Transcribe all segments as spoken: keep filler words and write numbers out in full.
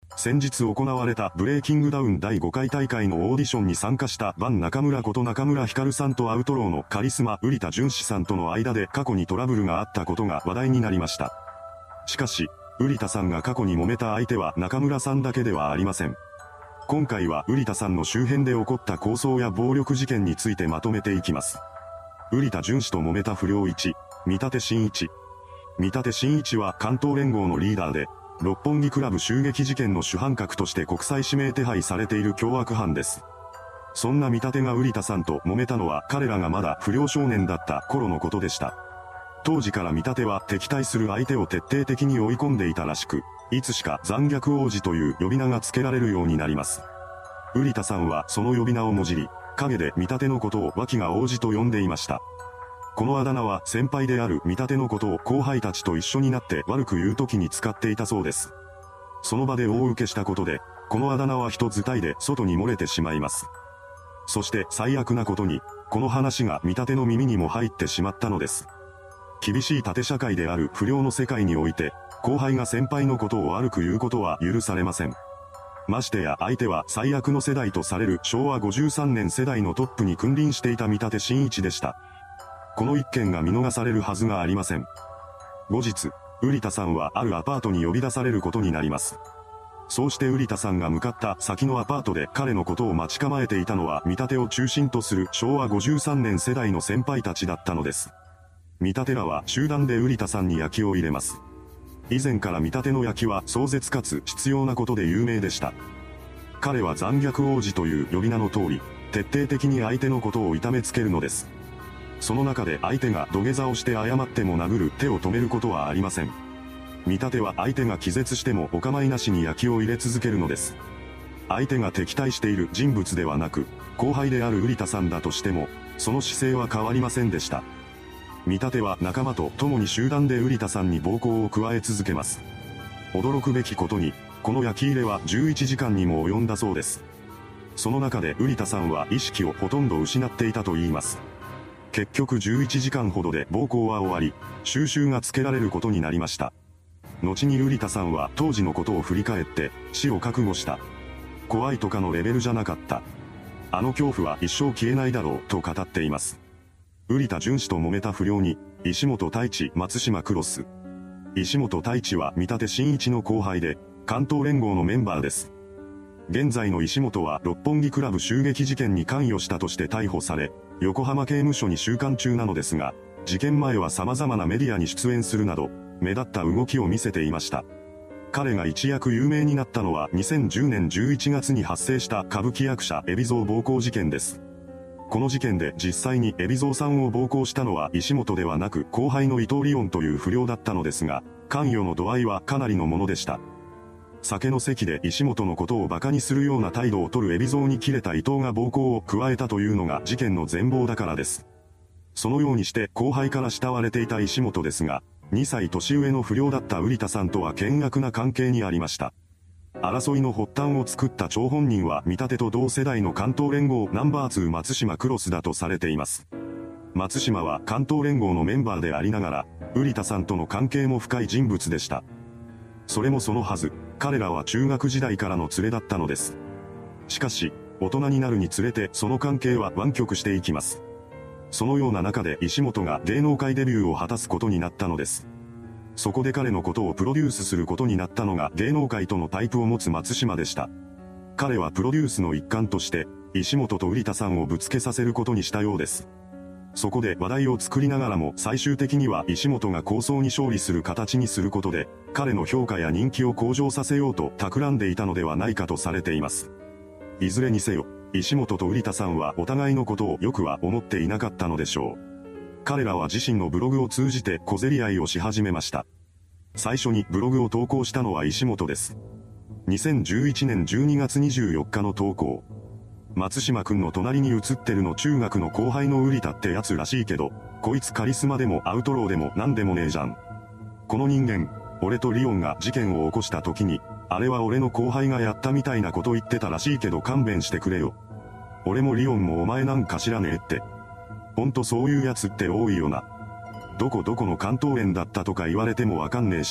先日行われたブレイキングダウンだいごかい大会のオーディションに参加したバン中村こと中村光さんとアウトローのカリスマ瓜田淳史さんとの間で過去にトラブルがあったことが話題になりました。しかし、瓜田さんが過去に揉めた相手は中村さんだけではありません。今回は瓜田さんの周辺で起こった抗争や暴力事件についてまとめていきます。瓜田淳史と揉めた不良いち、見立真一。見立真一は関東連合のリーダーで、六本木クラブ襲撃事件の主犯格として国際指名手配されている凶悪犯です。そんな見立が瓜田さんと揉めたのは彼らがまだ不良少年だった頃のことでした。当時から見立は敵対する相手を徹底的に追い込んでいたらしく、いつしか残虐王子という呼び名が付けられるようになります。瓜田さんはその呼び名をもじり、陰で見立のことを脇が王子と呼んでいました。このあだ名は先輩である見立のことを後輩たちと一緒になって悪く言う時に使っていたそうです。その場で大受けしたことで、このあだ名は人伝いで外に漏れてしまいます。そして最悪なことに、この話が見立の耳にも入ってしまったのです。厳しい縦社会である不良の世界において、後輩が先輩のことを悪く言うことは許されません。ましてや相手は最悪の世代とされるしょうわごじゅうさんねん世代のトップに君臨していた見立真一でした。この一件が見逃されるはずがありません。後日、瓜田さんはあるアパートに呼び出されることになります。そうして瓜田さんが向かった先のアパートで彼のことを待ち構えていたのは見立を中心とするしょうわごじゅうさんねん世代の先輩たちだったのです。見立らは集団で瓜田さんに焼きを入れます。以前から見立の焼きは壮絶かつ必要なことで有名でした。彼は残虐王子という呼び名の通り、徹底的に相手のことを痛めつけるのです。その中で相手が土下座をして謝っても殴る手を止めることはありません。見立は相手が気絶してもお構いなしに焼きを入れ続けるのです。相手が敵対している人物ではなく、後輩である瓜田さんだとしても、その姿勢は変わりませんでした。見立は仲間と共に集団で瓜田さんに暴行を加え続けます。驚くべきことに、この焼き入れはじゅういちじかんにも及んだそうです。その中で瓜田さんは意識をほとんど失っていたといいます。結局じゅういちじかんほどで暴行は終わり、収拾がつけられることになりました。後に瓜田さんは当時のことを振り返って死を覚悟した。怖いとかのレベルじゃなかった。あの恐怖は一生消えないだろうと語っています。瓜田淳史と揉めた不良に、石本太一松島クロス。石本太一は見立真一の後輩で、関東連合のメンバーです。現在の石本は六本木クラブ襲撃事件に関与したとして逮捕され、横浜刑務所に収監中なのですが、事件前は様々なメディアに出演するなど、目立った動きを見せていました。彼が一躍有名になったのはにせんじゅうねんじゅういちがつに発生した歌舞伎役者海老蔵暴行事件です。この事件で実際に海老蔵さんを暴行したのは石本ではなく後輩の伊藤リオンという不良だったのですが、関与の度合いはかなりのものでした。酒の席で石本のことを馬鹿にするような態度を取る海老蔵に切れた伊藤が暴行を加えたというのが事件の全貌だからです。そのようにして後輩から慕われていた石本ですが、にさい年上の不良だった瓜田さんとは険悪な関係にありました。争いの発端を作った張本人は見立と同世代の関東連合ナンバーツー松島クロスだとされています。松島は関東連合のメンバーでありながら、瓜田さんとの関係も深い人物でした。それもそのはず、彼らは中学時代からの連れだったのです。しかし、大人になるにつれてその関係は湾曲していきます。そのような中で石本が芸能界デビューを果たすことになったのです。そこで彼のことをプロデュースすることになったのが芸能界とのパイプを持つ松島でした。彼はプロデュースの一環として、石本と瓜田さんをぶつけさせることにしたようです。そこで話題を作りながらも最終的には石本が抗争に勝利する形にすることで、彼の評価や人気を向上させようと企んでいたのではないかとされています。いずれにせよ、石本と瓜田さんはお互いのことをよくは思っていなかったのでしょう。彼らは自身のブログを通じて小競り合いをし始めました。最初にブログを投稿したのは石本です。にせんじゅういちねんじゅうにがつにじゅうよっかの投稿。松島くんの隣に写ってるの中学の後輩の瓜田ってやつらしいけど、こいつカリスマでもアウトローでもなんでもねえじゃん。この人間、俺とリオンが事件を起こした時に、あれは俺の後輩がやったみたいなこと言ってたらしいけど勘弁してくれよ。俺もリオンもお前なんか知らねえって。ほんとそういうやつって多いよな。どこどこの関東連だったとか言われてもわかんねえし、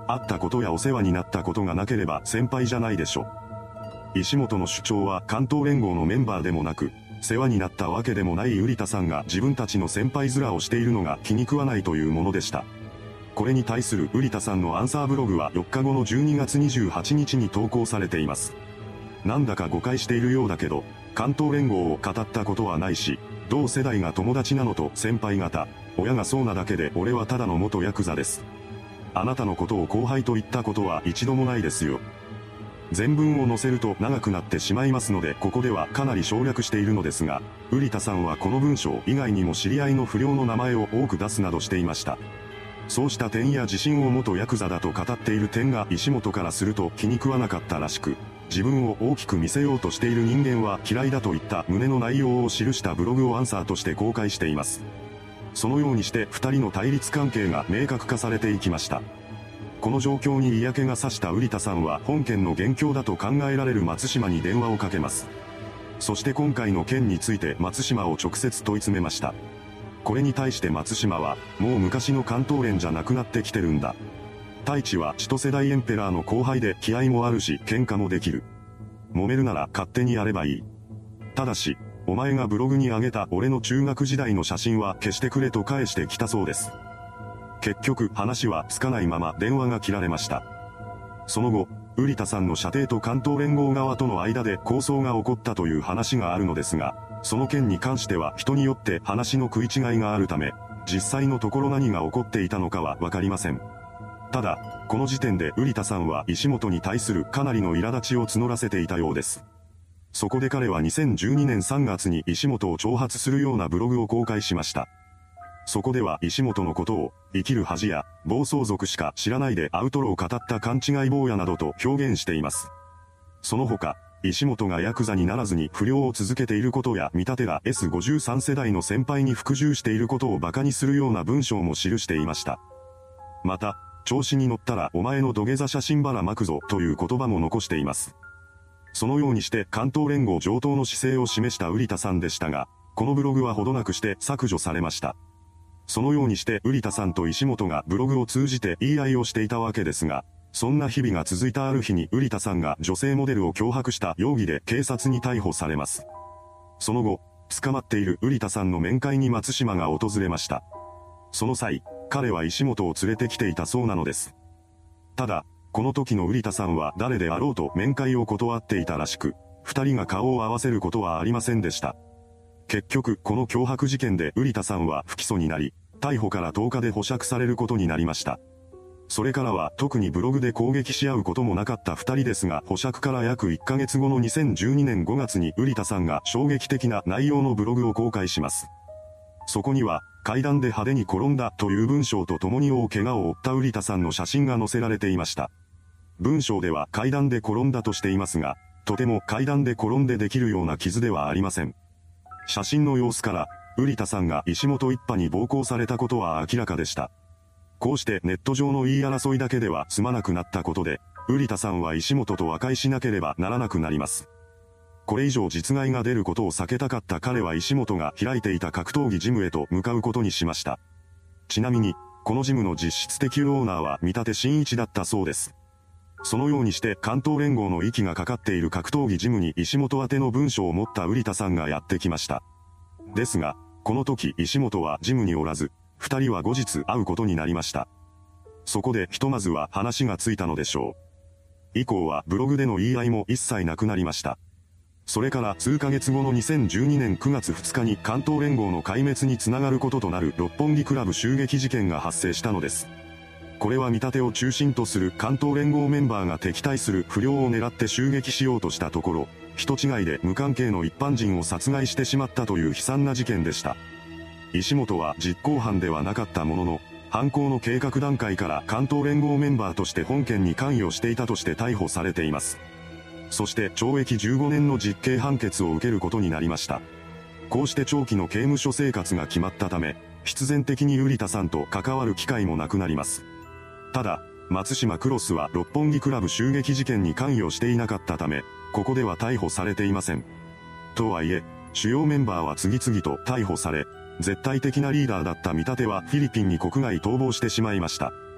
会ったことやお世話になったことがなければ先輩じゃないでしょ。石本の主張は関東連合のメンバーでもなく、世話になったわけでもない瓜田さんが自分たちの先輩面をしているのが気に食わないというものでした。これに対する瓜田さんのアンサーブログはよっかごのじゅうにがつにじゅうはちにちに投稿されています。なんだか誤解しているようだけど、関東連合を語ったことはないし、同世代が友達なのと先輩方、親がそうなだけで俺はただの元ヤクザです。あなたのことを後輩と言ったことは一度もないですよ。全文を載せると長くなってしまいますのでここではかなり省略しているのですが、瓜田さんはこの文章以外にも知り合いの不良の名前を多く出すなどしていました。そうした点や自信を元ヤクザだと語っている点が石本からすると気に食わなかったらしく、自分を大きく見せようとしている人間は嫌いだといった旨の内容を記したブログをアンサーとして公開しています。そのようにして二人の対立関係が明確化されていきました。この状況に嫌気がさした瓜田さんは本件の元凶だと考えられる松島に電話をかけます。そして今回の件について松島を直接問い詰めました。これに対して松島は、もう昔の関東連じゃなくなってきてるんだ。太一は千歳大エンペラーの後輩で気合もあるし喧嘩もできる。揉めるなら勝手にやればいい。ただし、お前がブログに上げた俺の中学時代の写真は消してくれと返してきたそうです。結局話はつかないまま電話が切られました。その後、瓜田さんの舎弟と関東連合側との間で抗争が起こったという話があるのですが、その件に関しては人によって話の食い違いがあるため、実際のところ何が起こっていたのかはわかりません。ただ、この時点で瓜田さんは石本に対するかなりの苛立ちを募らせていたようです。そこで彼はにせんじゅうにねんさんがつに石本を挑発するようなブログを公開しました。そこでは石本のことを、生きる恥や暴走族しか知らないでアウトローを語った勘違い坊やなどと表現しています。その他、石本がヤクザにならずに不良を続けていることや見立てら エスごじゅうさん 世代の先輩に服従していることを馬鹿にするような文章も記していました。また、調子に乗ったらお前の土下座写真ばらまくぞという言葉も残しています。そのようにして関東連合上等の姿勢を示した瓜田さんでしたが、このブログはほどなくして削除されました。そのようにして瓜田さんと石本がブログを通じて言い合いをしていたわけですが、そんな日々が続いたある日に瓜田さんが女性モデルを脅迫した容疑で警察に逮捕されます。その後、捕まっている瓜田さんの面会に松島が訪れました。その際、彼は石本を連れてきていたそうなのです。ただ、この時の瓜田さんは誰であろうと面会を断っていたらしく、二人が顔を合わせることはありませんでした。結局、この脅迫事件で瓜田さんは不起訴になり、逮捕からとおかで保釈されることになりました。それからは特にブログで攻撃し合うこともなかった二人ですが、保釈から約いっかげつごのにせんじゅうにねんごがつに瓜田さんが衝撃的な内容のブログを公開します。そこには、階段で派手に転んだという文章と共に大怪我を負った瓜田さんの写真が載せられていました。文章では階段で転んだとしていますが、とても階段で転んでできるような傷ではありません。写真の様子から、瓜田さんが石本一派に暴行されたことは明らかでした。こうしてネット上の言い争いだけでは済まなくなったことで、瓜田さんは石本と和解しなければならなくなります。これ以上実害が出ることを避けたかった彼は石本が開いていた格闘技ジムへと向かうことにしました。ちなみに、このジムの実質的オーナーは見立真一だったそうです。そのようにして関東連合の息がかかっている格闘技ジムに石本宛ての文書を持った瓜田さんがやってきました。ですが、この時石本はジムにおらず、二人は後日会うことになりました。そこでひとまずは話がついたのでしょう。以降はブログでの言い合いも一切なくなりました。それから数ヶ月後のにせんじゅうにねんくがつふつかに関東連合の壊滅につながることとなる六本木クラブ襲撃事件が発生したのです。これは見立てを中心とする関東連合メンバーが敵対する不良を狙って襲撃しようとしたところ、人違いで無関係の一般人を殺害してしまったという悲惨な事件でした。石本は実行犯ではなかったものの、犯行の計画段階から関東連合メンバーとして本件に関与していたとして逮捕されています。そして懲役じゅうごねんの実刑判決を受けることになりました。こうして長期の刑務所生活が決まったため、必然的に瓜田さんと関わる機会もなくなります。ただ、松島クロスは六本木クラブ襲撃事件に関与していなかったため、ここでは逮捕されていません。とはいえ、主要メンバーは次々と逮捕され、絶対的なリーダーだった見立てはフィリピンに国外逃亡してしまいました。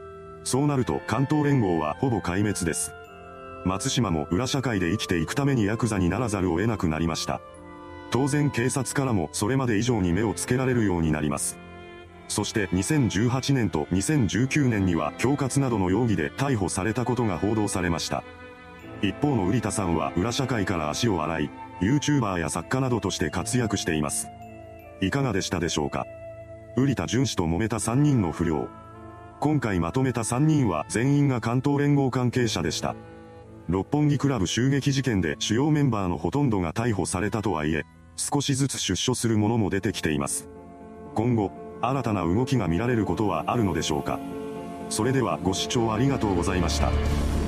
そうなると関東連合はほぼ壊滅です。松島も裏社会で生きていくためにヤクザにならざるを得なくなりました。当然警察からもそれまで以上に目をつけられるようになります。そしてにせんじゅうはちねんとにせんじゅうきゅうねんには恐喝などの容疑で逮捕されたことが報道されました。一方の瓜田さんは裏社会から足を洗い、YouTuber や作家などとして活躍しています。いかがでしたでしょうか。瓜田淳氏と揉めたさんにんの不良。今回まとめたさんにんは全員が関東連合関係者でした。六本木クラブ襲撃事件で主要メンバーのほとんどが逮捕されたとはいえ、少しずつ出所する者も出てきています。今後、新たな動きが見られることはあるのでしょうか。それではご視聴ありがとうございました。